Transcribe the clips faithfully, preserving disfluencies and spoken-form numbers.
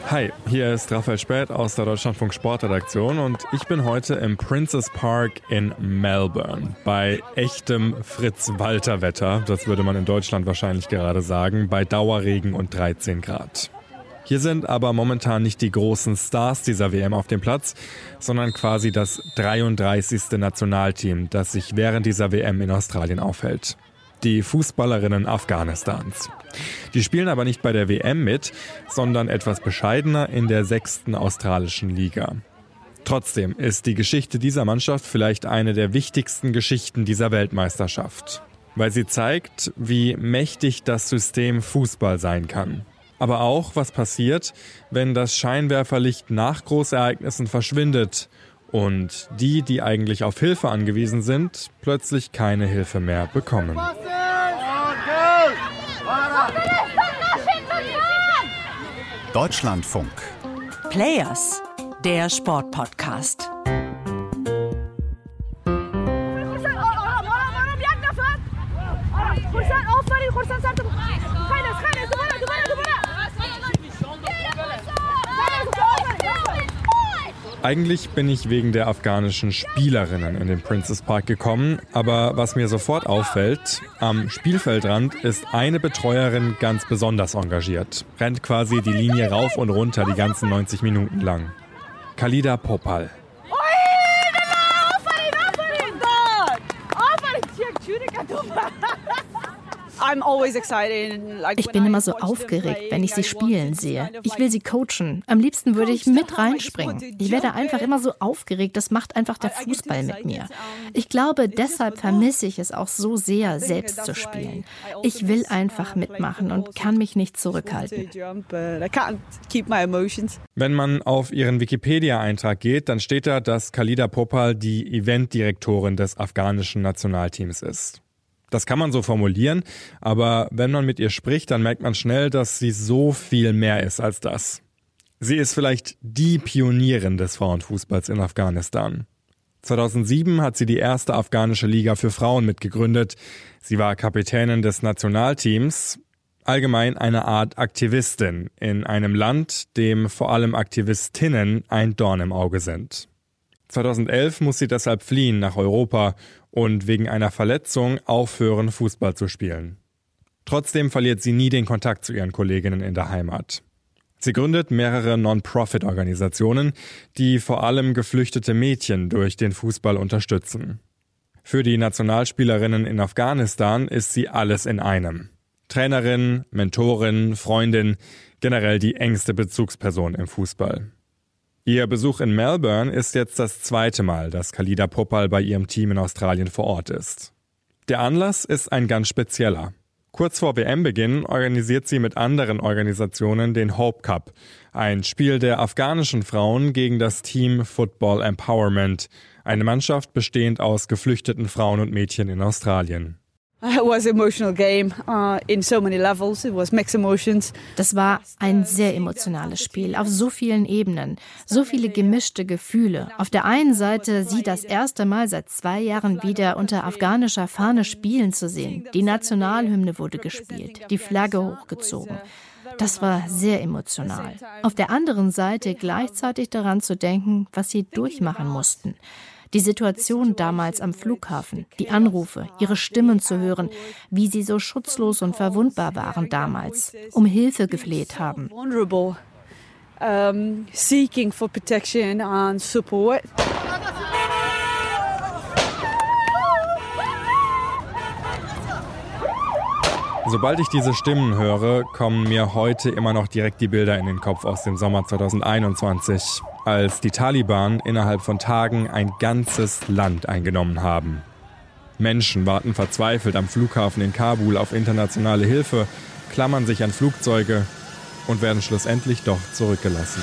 Hi, hier ist Raphael Späth aus der Deutschlandfunk Sportredaktion und ich bin heute im Princes Park in Melbourne bei echtem Fritz-Walter-Wetter, das würde man in Deutschland wahrscheinlich gerade sagen, bei Dauerregen und dreizehn Grad. Hier sind aber momentan nicht die großen Stars dieser W M auf dem Platz, sondern quasi das dreiunddreißigste Nationalteam, das sich während dieser W M in Australien aufhält. Die Fußballerinnen Afghanistans. Die spielen aber nicht bei der W M mit, sondern etwas bescheidener in der sechsten australischen Liga. Trotzdem ist die Geschichte dieser Mannschaft vielleicht eine der wichtigsten Geschichten dieser Weltmeisterschaft, weil sie zeigt, wie mächtig das System Fußball sein kann. Aber auch, was passiert, wenn das Scheinwerferlicht nach Großereignissen verschwindet und die, die eigentlich auf Hilfe angewiesen sind, plötzlich keine Hilfe mehr bekommen. Deutschlandfunk. Players, der Sportpodcast. Eigentlich bin ich wegen der afghanischen Spielerinnen in den Princes Park gekommen, aber was mir sofort auffällt, am Spielfeldrand ist eine Betreuerin ganz besonders engagiert, rennt quasi die Linie rauf und runter die ganzen neunzig Minuten lang. Khalida Popal. Ich bin immer so aufgeregt, wenn ich sie spielen sehe. Ich will sie coachen. Am liebsten würde ich mit reinspringen. Ich werde einfach immer so aufgeregt. Das macht einfach der Fußball mit mir. Ich glaube, deshalb vermisse ich es auch so sehr, selbst zu spielen. Ich will einfach mitmachen und kann mich nicht zurückhalten. Wenn man auf ihren Wikipedia-Eintrag geht, dann steht da, dass Khalida Popal die Eventdirektorin des afghanischen Nationalteams ist. Das kann man so formulieren, aber wenn man mit ihr spricht, dann merkt man schnell, dass sie so viel mehr ist als das. Sie ist vielleicht die Pionierin des Frauenfußballs in Afghanistan. zweitausendsieben hat sie die erste afghanische Liga für Frauen mitgegründet. Sie war Kapitänin des Nationalteams, allgemein eine Art Aktivistin in einem Land, dem vor allem Aktivistinnen ein Dorn im Auge sind. zweitausendelf muss sie deshalb fliehen nach Europa und wegen einer Verletzung aufhören, Fußball zu spielen. Trotzdem verliert sie nie den Kontakt zu ihren Kolleginnen in der Heimat. Sie gründet mehrere Non-Profit-Organisationen, die vor allem geflüchtete Mädchen durch den Fußball unterstützen. Für die Nationalspielerinnen in Afghanistan ist sie alles in einem. Trainerin, Mentorin, Freundin, generell die engste Bezugsperson im Fußball. Ihr Besuch in Melbourne ist jetzt das zweite Mal, dass Khalida Popal bei ihrem Team in Australien vor Ort ist. Der Anlass ist ein ganz spezieller. Kurz vor W M-Beginn organisiert sie mit anderen Organisationen den Hope Cup, ein Spiel der afghanischen Frauen gegen das Team Football Empowerment, eine Mannschaft bestehend aus geflüchteten Frauen und Mädchen in Australien. Das war ein sehr emotionales Spiel, auf so vielen Ebenen, so viele gemischte Gefühle. Auf der einen Seite, sie das erste Mal seit zwei Jahren wieder unter afghanischer Fahne spielen zu sehen. Die Nationalhymne wurde gespielt, die Flagge hochgezogen. Das war sehr emotional. Auf der anderen Seite gleichzeitig daran zu denken, was sie durchmachen mussten. Die Situation damals am Flughafen, die Anrufe, ihre Stimmen zu hören, wie sie so schutzlos und verwundbar waren damals, um Hilfe gefleht haben. Sobald ich diese Stimmen höre, kommen mir heute immer noch direkt die Bilder in den Kopf aus dem Sommer zweitausendeinundzwanzig, als die Taliban innerhalb von Tagen ein ganzes Land eingenommen haben. Menschen warten verzweifelt am Flughafen in Kabul auf internationale Hilfe, klammern sich an Flugzeuge und werden schlussendlich doch zurückgelassen.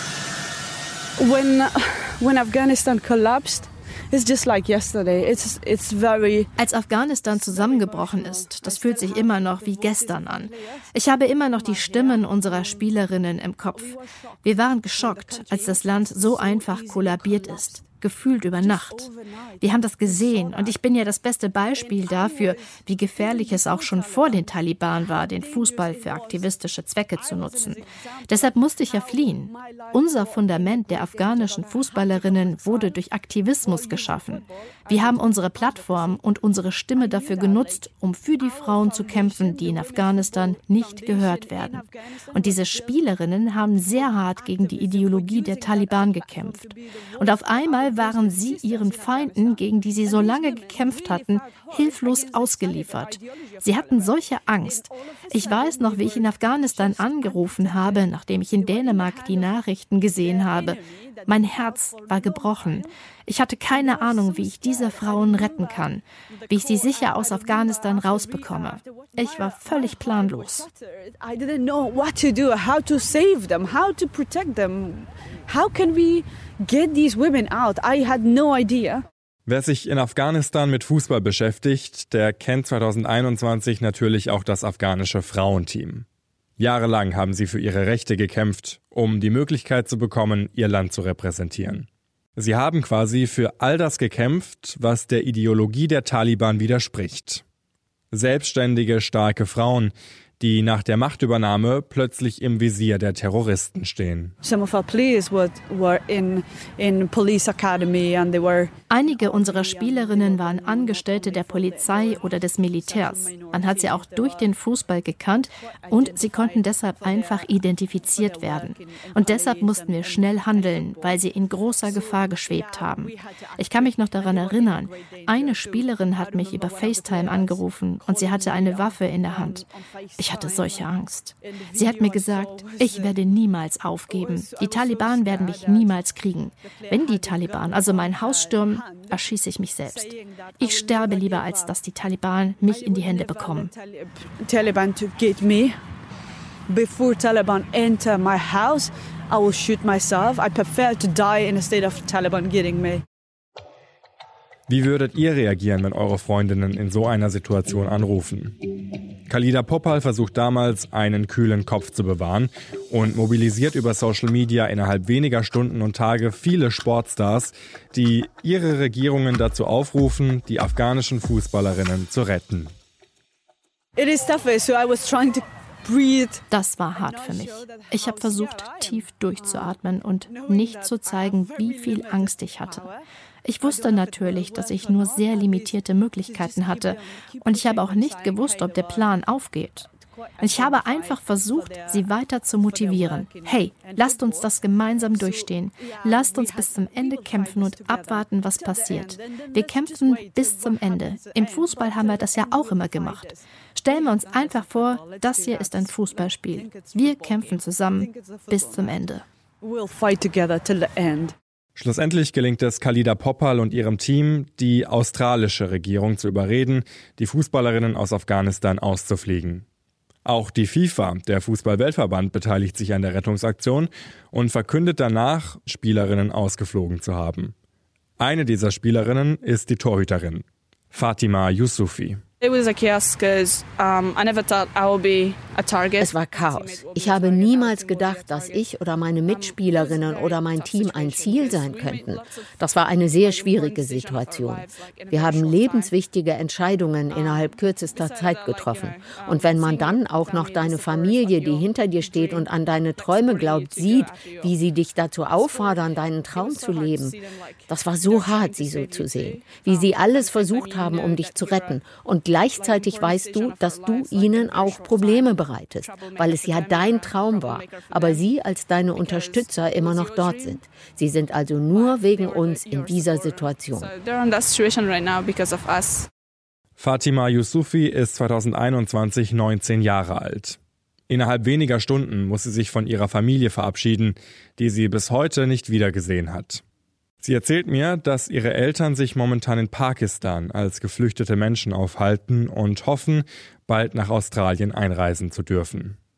When, when Afghanistan collapsed, it's just like yesterday. It's, it's very... Als Afghanistan zusammengebrochen ist, das fühlt sich immer noch wie gestern an. Ich habe immer noch die Stimmen unserer Spielerinnen im Kopf. Wir waren geschockt, als das Land so einfach kollabiert ist. gefühlt über Nacht. Wir haben das gesehen und ich bin ja das beste Beispiel dafür, wie gefährlich es auch schon vor den Taliban war, den Fußball für aktivistische Zwecke zu nutzen. Deshalb musste ich ja fliehen. Unser Fundament der afghanischen Fußballerinnen wurde durch Aktivismus geschaffen. Wir haben unsere Plattform und unsere Stimme dafür genutzt, um für die Frauen zu kämpfen, die in Afghanistan nicht gehört werden. Und diese Spielerinnen haben sehr hart gegen die Ideologie der Taliban gekämpft. Und auf einmal waren sie ihren Feinden, gegen die sie so lange gekämpft hatten, hilflos ausgeliefert. Sie hatten solche Angst. Ich weiß noch, wie ich in Afghanistan angerufen habe, nachdem ich in Dänemark die Nachrichten gesehen habe. Mein Herz war gebrochen. Ich hatte keine Ahnung, wie ich diese Frauen retten kann, wie ich sie sicher aus Afghanistan rausbekomme. Ich war völlig planlos. I didn't know what to do, how to save them, how to protect them. How can we get these women out? I had no idea. Wer sich in Afghanistan mit Fußball beschäftigt, der kennt zwanzig einundzwanzig natürlich auch das afghanische Frauenteam. Jahrelang haben sie für ihre Rechte gekämpft, um die Möglichkeit zu bekommen, ihr Land zu repräsentieren. Sie haben quasi für all das gekämpft, was der Ideologie der Taliban widerspricht. Selbstständige, starke Frauen, die nach der Machtübernahme plötzlich im Visier der Terroristen stehen. Some of our players were, were in, in police academy and they were Einige unserer Spielerinnen waren Angestellte der Polizei oder des Militärs. Man hat sie auch durch den Fußball gekannt und sie konnten deshalb einfach identifiziert werden. Und deshalb mussten wir schnell handeln, weil sie in großer Gefahr geschwebt haben. Ich kann mich noch daran erinnern, eine Spielerin hat mich über FaceTime angerufen und sie hatte eine Waffe in der Hand. Ich hatte solche Angst. Sie hat mir gesagt, ich werde niemals aufgeben. Die Taliban werden mich niemals kriegen. Wenn die Taliban also mein Haus stürmen, erschieße ich mich selbst. Ich sterbe lieber, als dass die Taliban mich in die Hände bekommen. Taliban to get me. Before Taliban enter my house, I will shoot myself. I prefer to die instead of Taliban getting me. Wie würdet ihr reagieren, wenn eure Freundinnen in so einer Situation anrufen? Khalida Popal versucht damals, einen kühlen Kopf zu bewahren und mobilisiert über Social Media innerhalb weniger Stunden und Tage viele Sportstars, die ihre Regierungen dazu aufrufen, die afghanischen Fußballerinnen zu retten. It is tougher, so I was trying to breathe. Das war hart für mich. Ich habe versucht, tief durchzuatmen und nicht zu zeigen, wie viel Angst ich hatte. Ich wusste natürlich, dass ich nur sehr limitierte Möglichkeiten hatte und ich habe auch nicht gewusst, ob der Plan aufgeht. Ich habe einfach versucht, sie weiter zu motivieren. Hey, lasst uns das gemeinsam durchstehen. Lasst uns bis zum Ende kämpfen und abwarten, was passiert. Wir kämpfen bis zum Ende. Im Fußball haben wir das ja auch immer gemacht. Stellen wir uns einfach vor, das hier ist ein Fußballspiel. Wir kämpfen zusammen bis zum Ende. We'll fight together till the end. Schlussendlich gelingt es Khalida Popal und ihrem Team, die australische Regierung zu überreden, die Fußballerinnen aus Afghanistan auszufliegen. Auch die FIFA, der Fußball-Weltverband, beteiligt sich an der Rettungsaktion und verkündet danach, Spielerinnen ausgeflogen zu haben. Eine dieser Spielerinnen ist die Torhüterin, Fatima Youssoufi. It was a chaos because um, I never thought I would be a target. Es war Chaos. Ich habe niemals gedacht, dass ich oder meine Mitspielerinnen oder mein Team ein Ziel sein könnten. Das war eine sehr schwierige Situation. Wir haben lebenswichtige Entscheidungen innerhalb kürzester Zeit getroffen. Und wenn man dann auch noch deine Familie, die hinter dir steht und an deine Träume glaubt, sieht, wie sie dich dazu auffordern, deinen Traum zu leben, das war so hart, sie so zu sehen. Wie sie alles versucht haben, um dich zu retten. Und gleichzeitig weißt du, dass du ihnen auch Probleme bereitest, weil es ja dein Traum war, aber sie als deine Unterstützer immer noch dort sind. Sie sind also nur wegen uns in dieser Situation. Fatima Youssoufi ist zwanzig einundzwanzig neunzehn Jahre alt. Innerhalb weniger Stunden muss sie sich von ihrer Familie verabschieden, die sie bis heute nicht wiedergesehen hat. Sie erzählt mir, dass ihre Eltern sich momentan in Pakistan als geflüchtete Menschen aufhalten und hoffen, bald nach Australien einreisen zu dürfen.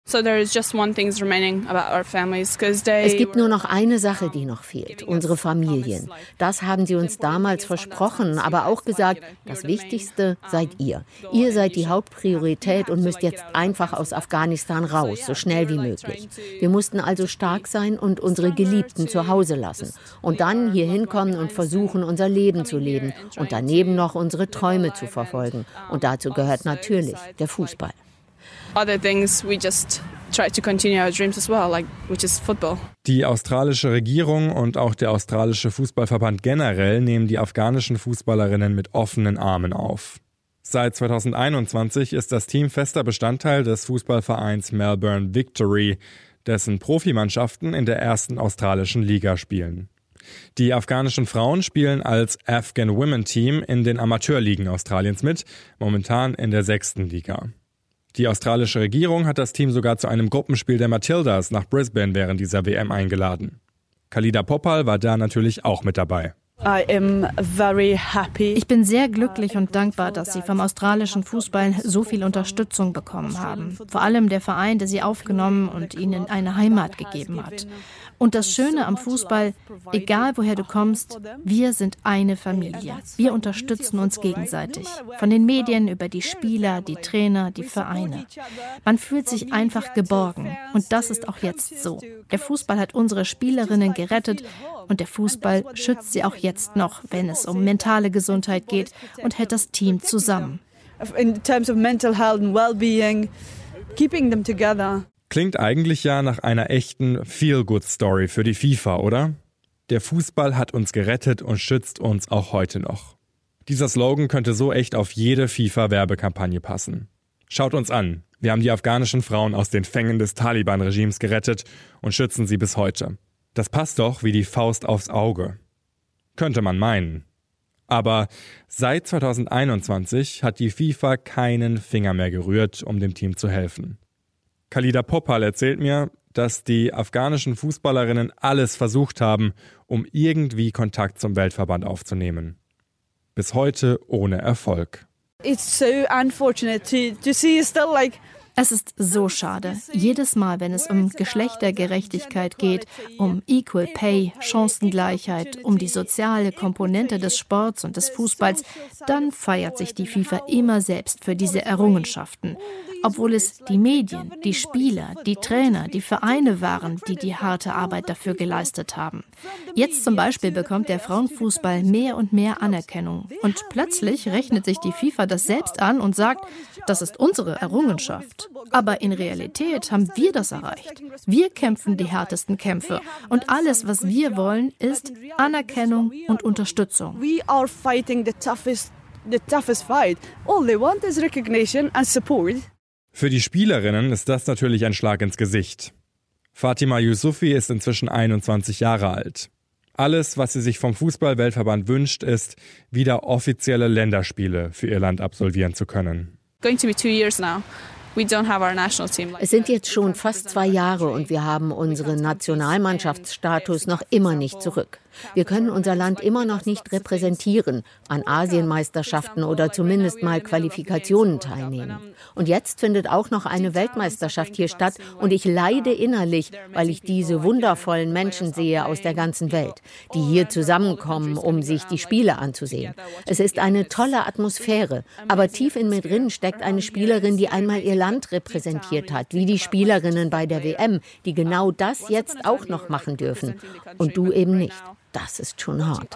So there is just one thing remaining about our families, because they Es gibt nur noch eine Sache, die noch fehlt, unsere Familien. Das haben sie uns damals versprochen, aber auch gesagt, das Wichtigste seid ihr. Ihr seid die Hauptpriorität und müsst jetzt einfach aus Afghanistan raus, so schnell wie möglich. Wir mussten also stark sein und unsere Geliebten zu Hause lassen und dann hier hinkommen und versuchen, unser Leben zu leben und daneben noch unsere Träume zu verfolgen. Und dazu gehört natürlich der Fußball. other things we just try to continue our dreams as well, like which is football. Die australische Regierung und auch der australische Fußballverband generell nehmen die afghanischen Fußballerinnen mit offenen Armen auf. Seit zweitausendeinundzwanzig ist das Team fester Bestandteil des Fußballvereins Melbourne Victory, dessen Profimannschaften in der ersten australischen Liga spielen. Die afghanischen Frauen spielen als Afghan Women Team in den Amateurligen Australiens mit, momentan in der sechsten Liga. Die australische Regierung hat das Team sogar zu einem Gruppenspiel der Matildas nach Brisbane während dieser W M eingeladen. Khalida Poppal war da natürlich auch mit dabei. I am very happy. Ich bin sehr glücklich und dankbar, dass Sie vom australischen Fußball so viel Unterstützung bekommen haben. Vor allem der Verein, der Sie aufgenommen und Ihnen eine Heimat gegeben hat. Und das Schöne am Fußball, egal woher du kommst, wir sind eine Familie. Wir unterstützen uns gegenseitig. Von den Medien über die Spieler, die Trainer, die Vereine. Man fühlt sich einfach geborgen. Und das ist auch jetzt so. Der Fußball hat unsere Spielerinnen gerettet und der Fußball schützt sie auch jetzt noch, wenn es um mentale Gesundheit geht, und hält das Team zusammen. In terms of mental health and well-being, keeping them together. Klingt eigentlich ja nach einer echten Feel-Good-Story für die FIFA, oder? Der Fußball hat uns gerettet und schützt uns auch heute noch. Dieser Slogan könnte so echt auf jede FIFA-Werbekampagne passen. Schaut uns an, wir haben die afghanischen Frauen aus den Fängen des Taliban-Regimes gerettet und schützen sie bis heute. Das passt doch wie die Faust aufs Auge. Könnte man meinen. Aber seit zweitausendeinundzwanzig hat die FIFA keinen Finger mehr gerührt, um dem Team zu helfen. Khalida Poppal erzählt mir, dass die afghanischen Fußballerinnen alles versucht haben, um irgendwie Kontakt zum Weltverband aufzunehmen. Bis heute ohne Erfolg. It's so unfortunate to, to see still like Es ist so schade. Jedes Mal, wenn es um Geschlechtergerechtigkeit geht, um Equal Pay, Chancengleichheit, um die soziale Komponente des Sports und des Fußballs, dann feiert sich die FIFA immer selbst für diese Errungenschaften. Obwohl es die Medien, die Spieler, die Trainer, die Vereine waren, die die harte Arbeit dafür geleistet haben. Jetzt zum Beispiel bekommt der Frauenfußball mehr und mehr Anerkennung. Und plötzlich rechnet sich die FIFA das selbst an und sagt, das ist unsere Errungenschaft. Aber in Realität haben wir das erreicht. Wir kämpfen die härtesten Kämpfe. Und alles, was wir wollen, ist Anerkennung und Unterstützung. we are fighting the toughest, the toughest fight. All they want is recognition and support. Für die Spielerinnen ist das natürlich ein Schlag ins Gesicht. Fatima Yousufi ist inzwischen einundzwanzig Jahre alt. Alles, was sie sich vom Fußball-Weltverband wünscht, ist, wieder offizielle Länderspiele für ihr Land absolvieren zu können. Going to be two years now. We don't have our national team. Es sind jetzt schon fast zwei Jahre und wir haben unseren Nationalmannschaftsstatus noch immer nicht zurück. Wir können unser Land immer noch nicht repräsentieren, an Asienmeisterschaften oder zumindest mal Qualifikationen teilnehmen. Und jetzt findet auch noch eine Weltmeisterschaft hier statt und ich leide innerlich, weil ich diese wundervollen Menschen sehe aus der ganzen Welt, die hier zusammenkommen, um sich die Spiele anzusehen. Es ist eine tolle Atmosphäre, aber tief in mir drin steckt eine Spielerin, die einmal ihr Land repräsentiert hat, wie die Spielerinnen bei der W M, die genau das jetzt auch noch machen dürfen. Und du eben nicht. Das ist schon hart.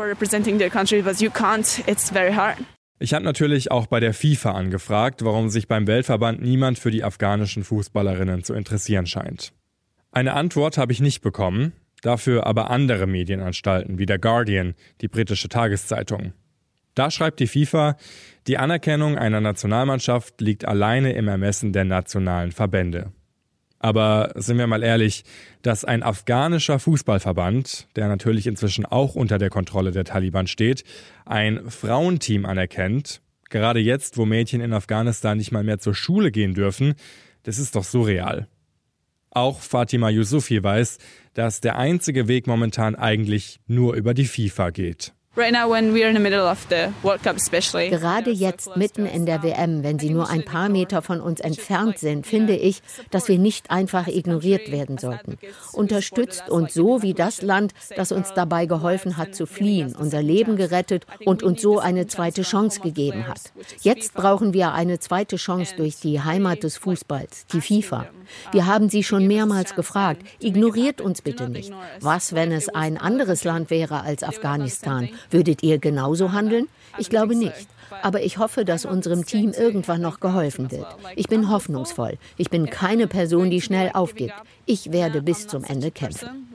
Ich habe natürlich auch bei der FIFA angefragt, warum sich beim Weltverband niemand für die afghanischen Fußballerinnen zu interessieren scheint. Eine Antwort habe ich nicht bekommen, dafür aber andere Medienanstalten wie der Guardian, die britische Tageszeitung. Da schreibt die FIFA, die Anerkennung einer Nationalmannschaft liegt alleine im Ermessen der nationalen Verbände. Aber sind wir mal ehrlich, dass ein afghanischer Fußballverband, der natürlich inzwischen auch unter der Kontrolle der Taliban steht, ein Frauenteam anerkennt, gerade jetzt, wo Mädchen in Afghanistan nicht mal mehr zur Schule gehen dürfen, das ist doch surreal. Auch Fatima Yousufi weiß, dass der einzige Weg momentan eigentlich nur über die FIFA geht. Gerade jetzt mitten in der W M, wenn sie nur ein paar Meter von uns entfernt sind, finde ich, dass wir nicht einfach ignoriert werden sollten. Unterstützt uns so wie das Land, das uns dabei geholfen hat zu fliehen, unser Leben gerettet und uns so eine zweite Chance gegeben hat. Jetzt brauchen wir eine zweite Chance durch die Heimat des Fußballs, die FIFA. Wir haben sie schon mehrmals gefragt, ignoriert uns bitte nicht. Was, wenn es ein anderes Land wäre als Afghanistan? Würdet ihr genauso handeln? Ich glaube nicht. Aber ich hoffe, dass unserem Team irgendwann noch geholfen wird. Ich bin hoffnungsvoll. Ich bin keine Person, die schnell aufgibt. Ich werde bis zum Ende kämpfen.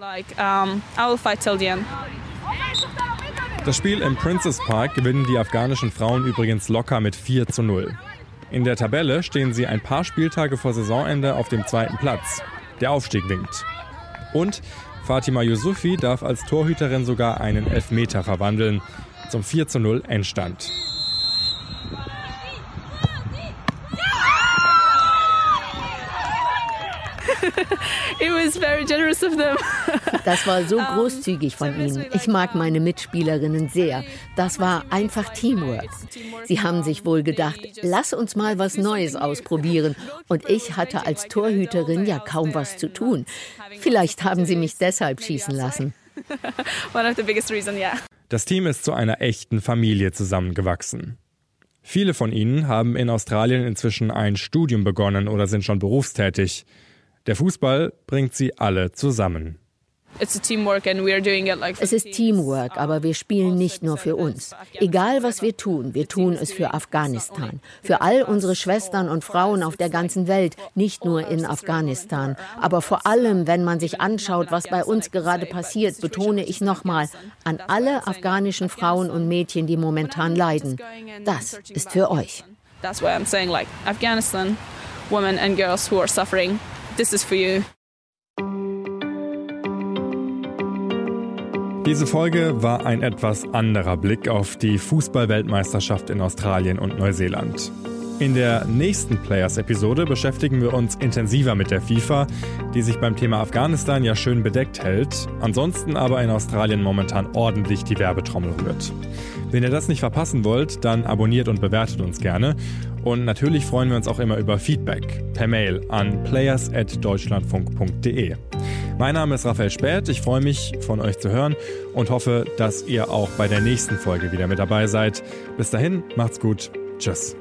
Das Spiel im Princes Park gewinnen die afghanischen Frauen übrigens locker mit vier zu null. In der Tabelle stehen sie ein paar Spieltage vor Saisonende auf dem zweiten Platz. Der Aufstieg winkt. Und Fatima Yusufi darf als Torhüterin sogar einen Elfmeter verwandeln. Zum vier zu null Endstand. It was very generous of them. Das war so großzügig von ihnen. Ich mag meine Mitspielerinnen sehr. Das war einfach Teamwork. Sie haben sich wohl gedacht, lass uns mal was Neues ausprobieren. Und ich hatte als Torhüterin ja kaum was zu tun. Vielleicht haben sie mich deshalb schießen lassen. One of the biggest reason, yeah. Das Team ist zu einer echten Familie zusammengewachsen. Viele von ihnen haben in Australien inzwischen ein Studium begonnen oder sind schon berufstätig. Der Fußball bringt sie alle zusammen. Es ist Teamwork, aber wir spielen nicht nur für uns. Egal, was wir tun, wir tun es für Afghanistan. Für all unsere Schwestern und Frauen auf der ganzen Welt, nicht nur in Afghanistan. Aber vor allem, wenn man sich anschaut, was bei uns gerade passiert, betone ich nochmal, an alle afghanischen Frauen und Mädchen, die momentan leiden. Das ist für euch. That's why I'm saying, like, Afghanistan, women and girls who are suffering, this is for you. Diese Folge war ein etwas anderer Blick auf die Fußball-Weltmeisterschaft in Australien und Neuseeland. In der nächsten Players-Episode beschäftigen wir uns intensiver mit der FIFA, die sich beim Thema Afghanistan ja schön bedeckt hält, ansonsten aber in Australien momentan ordentlich die Werbetrommel rührt. Wenn ihr das nicht verpassen wollt, dann abonniert und bewertet uns gerne. Und natürlich freuen wir uns auch immer über Feedback per Mail an players at deutschlandfunk punkt de. Mein Name ist Raphael Späth, ich freue mich, von euch zu hören und hoffe, dass ihr auch bei der nächsten Folge wieder mit dabei seid. Bis dahin, macht's gut, tschüss.